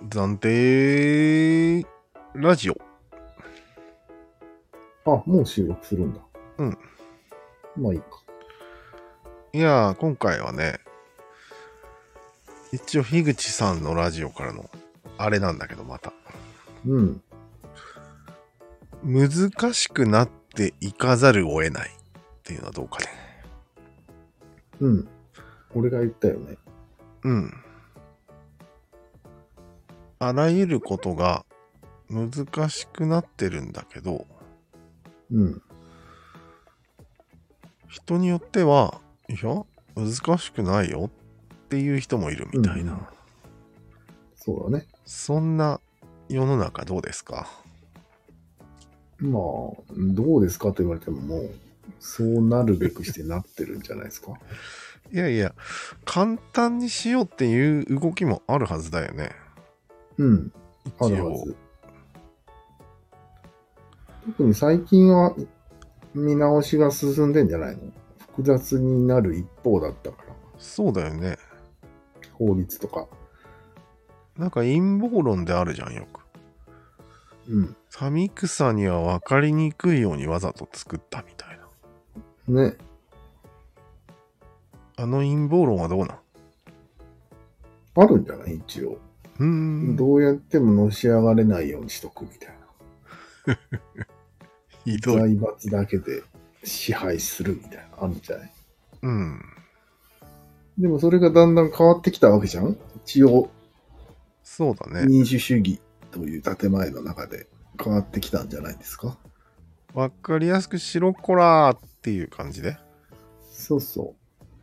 暫定ラジオ。 あ、もう収録するんだ。 うん。 まあいいか。 いやー、今回はね、一応樋口さんのラジオからのあれなんだけど、またうん。 難しくなっていかざるを得ないっていうのはどうかね。 うん。俺が言ったよね。 うん。あらゆることが難しくなってるんだけど、 うん。 人によっては、いや、難しくないよっていう人もいるみたいな。 うんうん、そうだね。 そんな世の中どうですか？ まあ、どうですかと言われてももう、そうなるべくしてなってるんじゃないですか。 いやいや、簡単にしようっていう動きもあるはずだよね。 うん。あ一応。 るはず。特に最近は見直しが進んでんじゃないの？複雑になる一方だったから。 そうだよね。 法律とか。 なんか陰謀論であるじゃん、よく。 うん。 民草には分かりにくいようにわざと作ったみたいな。 ね。 あの陰謀論はどうなん？ あるんじゃない一応。 ん。 どうやってものし上がれないようにしとくみたいな。 ひどい。 財閥だけで支配するみたいなあるんじゃない？ うん。 でもそれがだんだん変わってきたわけじゃん。一応そうだね。 民主主義という建前の中で変わってきたんじゃないですか。 分かりやすくしろこらーっていう感じで。 そうそ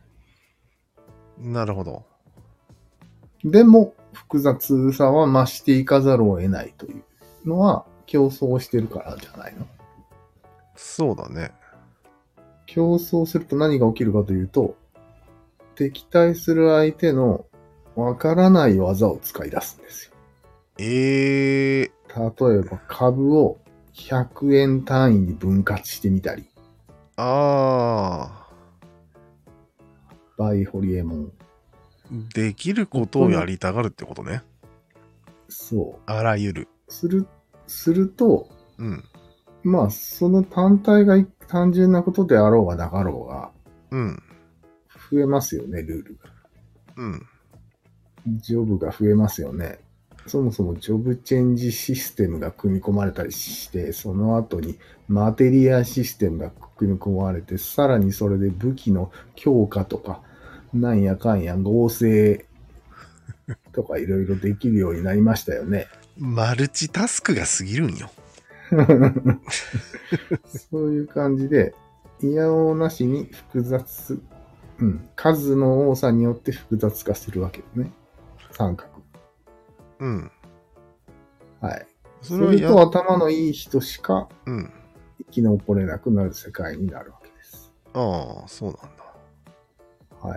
なるほど。 う。でも複雑さは増していかざるを得ないというのは競争してるからじゃないの。 そうだね。 競争すると何が起きるかというと、敵対する相手のわからない技を使い出すんですよ。例えば株を100円単位に分割してみたり、 あバイホリエモン。 ー、できることをやりたがるってことね。 そう。 あらゆる。 すると、 うん。 まあ、その単体が単純なことであろうがなかろうが、 うん。 増えますよね、ルールが。 うん。 ジョブが増えますよね。そもそもジョブチェンジシステムが組み込まれたりして、その後にマテリアシステムが組み込まれて、さらにそれで武器の強化とか、なんやかんや合成とかいろいろできるようになりましたよね。 マルチタスクが過ぎるんよ。 そういう感じで、いやおうなしに複雑、数の多さによって複雑化するわけですね。三角。 うん。 はい。 それはそれと頭のいい人しかうん。 生き残れなくなる世界になるわけです。 ああ、そうなんだ。 はい。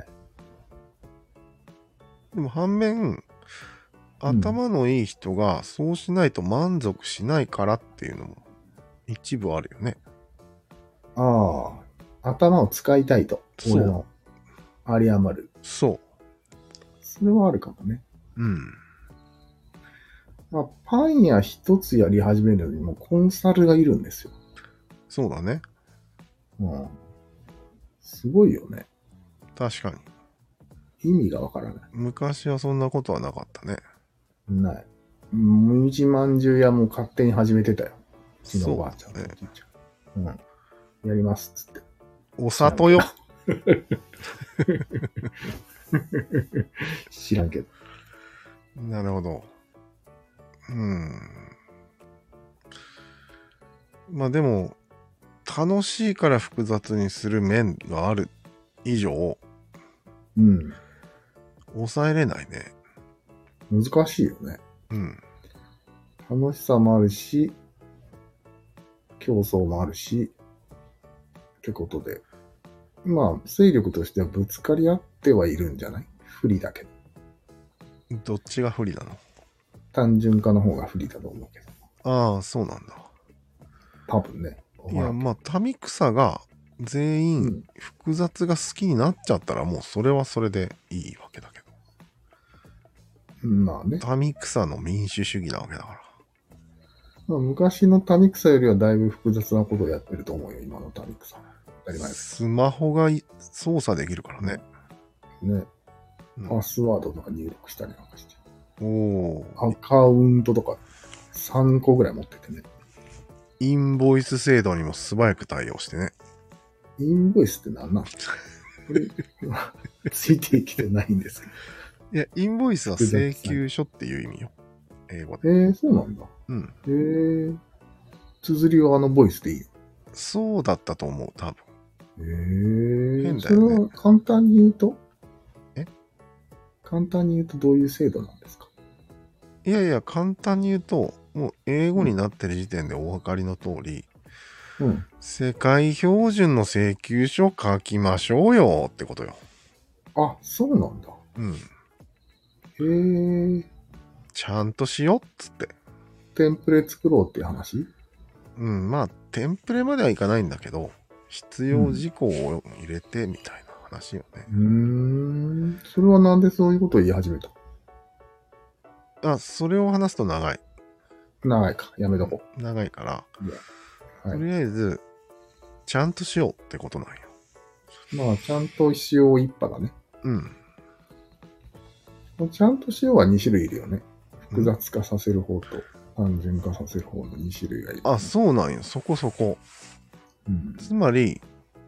でも反面、頭のいい人がそうしないと満足しないからっていうのも一部あるよね。 ああ、頭を使いたいと。 そう俺の有り余る。 そそれはあるかもね。 う。うん。 まあ、パン屋一つやり始めるのにもコンサルがいるんですよ。 そうだね。 うん。すごいよね。 確かに。 意味がわからない。 昔はそんなことはなかったね。 ない。無地まんじゅう屋も勝手に始めてたよ。うちのおばあちゃんとおじいちゃん。うん。やりますっつって。 お里よ。 知らんけど。 なるほど。まあでも、楽しいから複雑にする面がある以上、 うん。 抑えれないね。 難しいよね。 うん。 楽しさもあるし、競争もあるし、ってことで。まあ、勢力としてはぶつかり合ってはいるんじゃない？不利だけど。 どっちが不利なの？ 単純化の方が不利だと思うけど。 ああ、そうなんだ。 多分ね。 いや、まあ、民草が全員うん。 複雑が好きになっちゃったらもうそれはそれでいいわけだけど。 まあね。 民草の民主主義なわけだから。 まあ、昔の民草よりはだいぶ複雑なことをやってると思うよ、今の民草。当たり前ですスマホが操作できるからね。 けど。ね。 うんパスワードとか入力したりなんかして。 おお。 アカウントとか3個ぐらい持っててね。 インボイス制度にも素早く対応してね。 インボイスって何なんですか？これ、ついてきてないんですけど。 いや、インボイスは請求書っていう意味よ。英語で。 そうなんだ。 うん。 綴りはボイスでいいよ。 そうだったと思う、多分。変だそれよね。 は簡単に言うとえ簡単に言うとどういう制度なんですか？ いやいや、簡単に言うと、もう英語になってる時点でお分かりの通り、 うん。 世界標準の請求書書きましょうよってことよ。 あ、そうなんだ。 うん。ちゃんとしよっつって。 テンプレ作ろうっていう話？ うん、まあ、テンプレまではいかないんだけど、必要事項を入れてみたいな話よね。 それはなんでそういうことを言い始めた？ あ、それを話すと長い。 長いか。やめとこ長いから、 う。はい。 とりあえず、ちゃんとしようってことなんよ。 まあ、ちゃんとしよう一派だね。 うん。 ちゃんとしようは2種類いるよね。複雑化させる方と単純化させる方の2種類がいる、ね。 あ、そうなんよ。そこそこ。 うん。 つまり、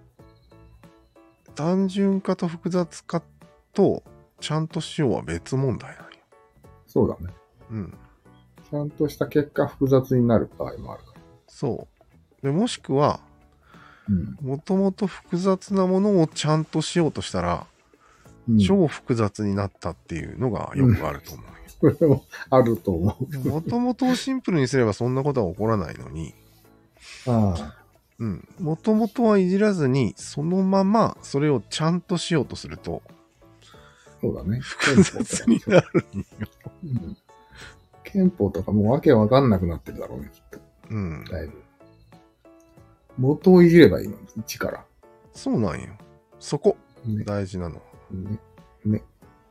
単純化と複雑化とちゃんとしようは別問題なんよ。 そうだね。 うん。 ちゃんとした結果複雑になる場合もあるから。 そう。で、もしくは、もともと複雑なものをちゃんとしようとしたら、超複雑になったっていうのがよくあると思うよ。 これもあると思う。 もともとをシンプルにすればそんなことは起こらないのに、うん。もともとはいじらずに、そのままそれをちゃんとしようとすると、 そうだね。 複雑になるんよ。 憲法とかもうわけわかんなくなってるだろうね、きっと。 うん。 だいぶ。元をいじればいいの、一から。 そうなんよ。そこ、 ね、 大事なの。 ね。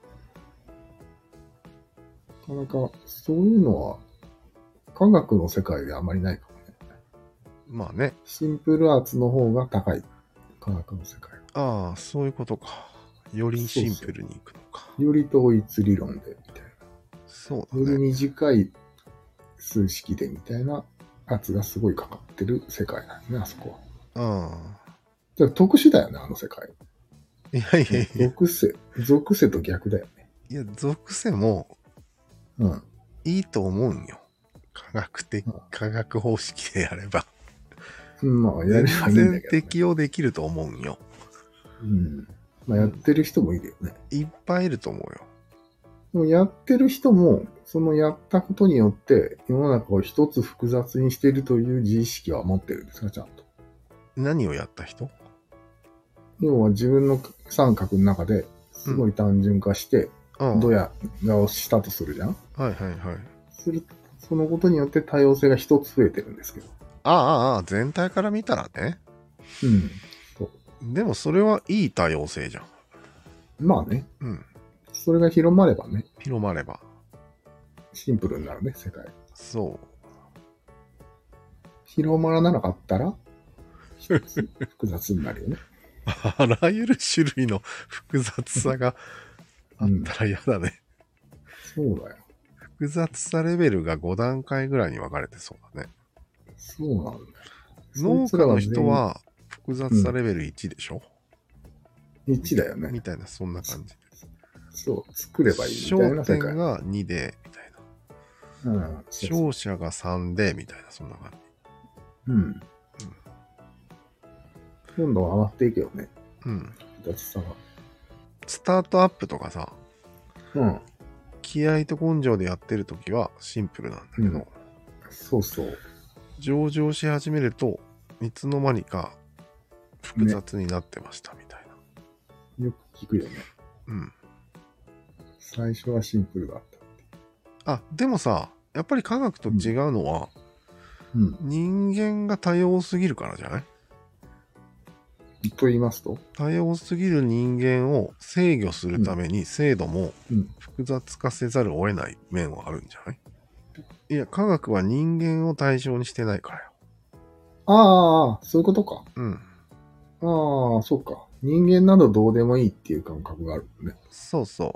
なかなか、そういうのは、科学の世界であまりないかもね。 まあね。 シンプルアーツの方が高い。科学の世界。 ああ、そういうことか。よりシンプルにいくのか。 より統一理論で、みたいな。 そうだね。 より短い数式で、みたいな圧がすごいかかってる世界なんね、あそこは。じゃあ特殊だよね、あの世界。 いやいやいや。 属性と逆だよね。 いや、属性も、いいと思うんよ。科学方式でやれば。 まあ、やればいいんだけど、ね。 全然適用できると思うんよ。 まあ、やってる人もいるよね。 いっぱいいると思うよ。 でもやってる人も、そのやったことによって、世の中を一つ複雑にしているという自意識は持ってるんですか、ちゃんと。 何をやった人？ 要は自分の三角の中ですごい単純化して、ドヤ顔したとするじゃん。 はいはいはい。 すると、そのことによって多様性が一つ増えてるんですけど。 全体から見たらね。 そうでもそれはいい多様性じゃん。 まあね。それが広まればね。 広まれば。 シンプルになるね、世界。 そう。 広まらなかったら、一つ複雑になるよね。 あらゆる種類の複雑さがあったら嫌だね。 そうだよ。 複雑さレベルが5段階ぐらいに分かれてそうだね。 そうなんだよ。 農家の人は複雑さレベル1でしょ、 1だよね。 みたいな、そんな感じ。 そう、作ればいいみたいな世界。 商店が2で、みたいな。商社が3で、みたいな、そんな感じ。 どんどん上がっていくよね。 複雑さが。スタートアップとかさ、気合と根性でやってるときはシンプルなんだけど、 そうそう。 上場し始めるといつの間にか複雑になってましたみたいな、よく聞くよね。最初はシンプルだった。 でもさ、やっぱり科学と違うのは、人間が多様すぎるからじゃない？ と言いますと、 多様すぎる人間を制御するために制度も複雑化せざるを得ない面はあるんじゃない？いや、科学は人間を対象にしてないからよ。 ああ、そういうことか。 うん。 ああ、そうか。人間などどうでもいいっていう感覚があるもんね。 そうそ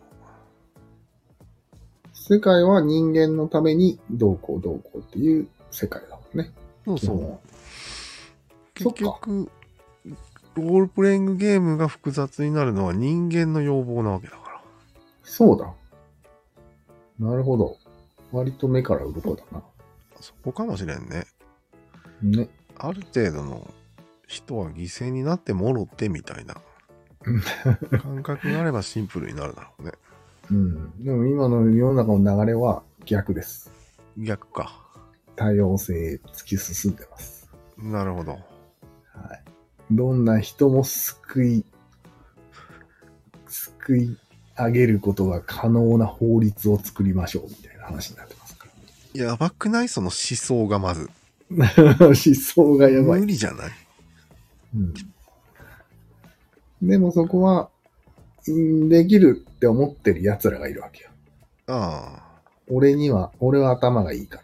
世界は人間のためにどうこうどうこうっていう世界だもんね。 う。そうそう。 そ結っか局、ロールプレイングゲームが複雑になるのは人間の要望なわけだから。 そうだ。なるほど。割と目から鱗だな。 そこかもしれんね。 ね。 ある程度の人は犠牲になってもろってみたいな感覚があればシンプルになるだろうね。 うん。でも今の世の中の流れは逆です。 逆か。 多様性突き進んでます。 なるほど。 はい。どんな人も救い上げることが可能な法律を作りましょうみたいな話になってますかやばくない？その思想がまず。 ら。思想がやばい。 無理じゃない？ うん。でもそこは、できるって思ってる奴らがいるわけよ。 あ俺は頭がいいから。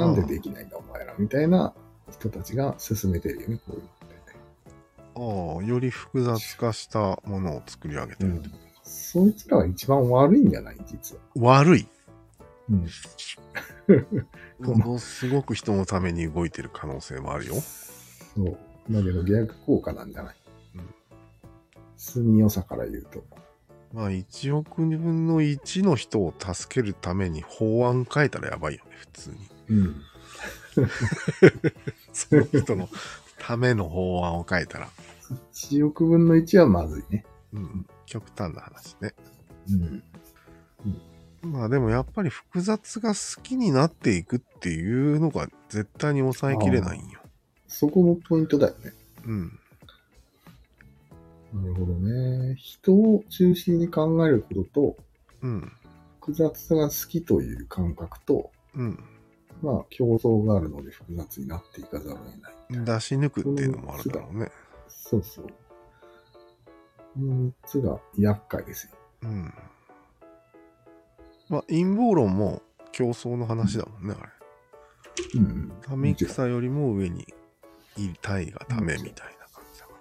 なんでできないんだお前らみたいな人たちが進めてるよね、こういうあ。ああ、より複雑化したものを作り上げてる。 そいつらが一番悪いんじゃない実は。 悪い。 うん。 ものすごく人のために動いてる可能性もあるよ。 そう。だけど逆効果なんじゃない？住みよさから言うと。 まあ1億分の1の人を助けるために法案変えたらやばいよね、普通に。 うん。 その人のための法案を変えたら。 1億分の1はまずいね。 うん。極端な話ね。 うん。 まあでもやっぱり複雑が好きになっていくっていうのが絶対に抑えきれないんよ。 そこもポイントだよね。 うん。 なるほどね。人を中心に考えることと、 うん。 複雑さが好きという感覚と、 うん。 まあ競争があるので複雑になっていかざるを得ない。 出し抜くっていうのもあるだろうね。 そうそう。この3つが厄介ですよ。 うん。まあ陰謀論も競争の話だもんね、あれ。 うん。 民草よりも上にいたいがためみたいな感じだから。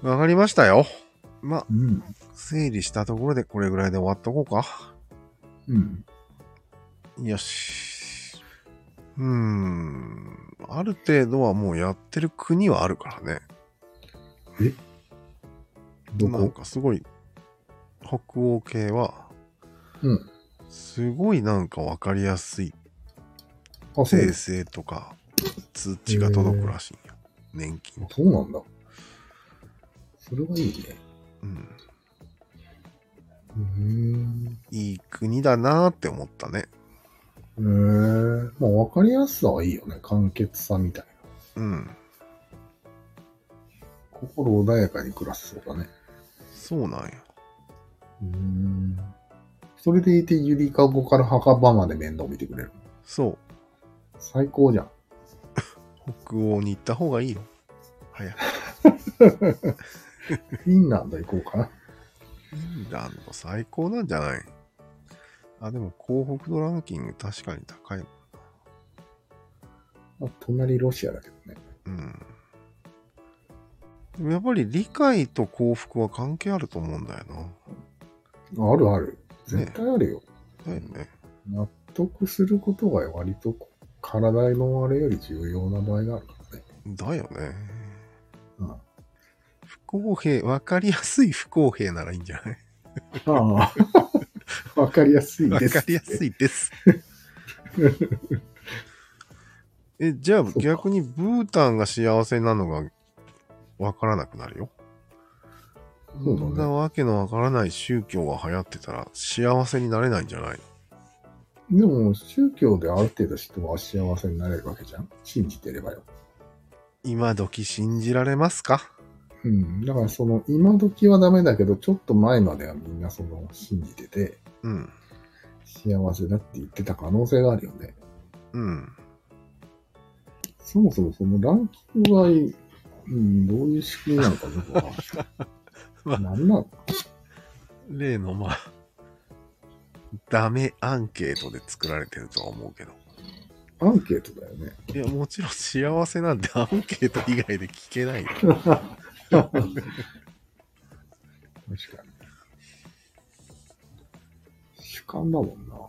わかりましたよ。まあ、整理したところでこれぐらいで終わっとこうか。 うん。 よし。ある程度はもうやってる国はあるからね。 どこ？ なんかすごい、北欧系は、すごいなんかわかりやすい税制とか通知が届くらしいんよ。年金。 そうなんだ。それはいいね。 いい国だなーって思ったね。 まあわかりやすさはいいよね。簡潔さみたいな。心穏やかに暮らせそうだね。 そうなんや。 それでいてゆりかごから墓場まで面倒見てくれる。 そう。 最高じゃん。 北欧に行った方がいいよ。早く。 フィンランド行こうかな。 フィンランド最高なんじゃない？あ、でも幸福度ランキング確かに高いもんな。隣ロシアだけどね。 でもやっぱり理解と幸福は関係あると思うんだよな。あるある。絶対あるよ。 だよね。 納得することが割と体のあれより重要な場合があるからね。 だよね。不公平、わかりやすい不公平ならいいんじゃない？ ああ。わかりやすいです。 わかりやすいです。じゃあ逆にブータンが幸せなのがわからなくなるよ。そんなわけのわからない宗教が流行ってたら幸せになれないんじゃないの？でも宗教である程度人は幸せになれるわけじゃん。信じてればよ。 今時信じられますか？ だからその今時はダメだけど、ちょっと前まではみんなその信じてて、幸せだって言ってた可能性があるよね。そもそもそのランキングはどういう仕組みなのか僕は。 まあ何なの？ 例の、ダメアンケートで作られてるとは思うけど。 アンケートだよね。 いや、もちろん幸せなんてアンケート以外で聞けないよ。 確かに。主観だもんな。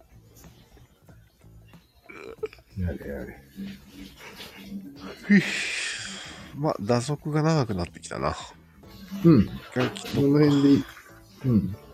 やれやれ。 打足が長くなってきたな。 うん。 一回切っことの辺でいい。うん。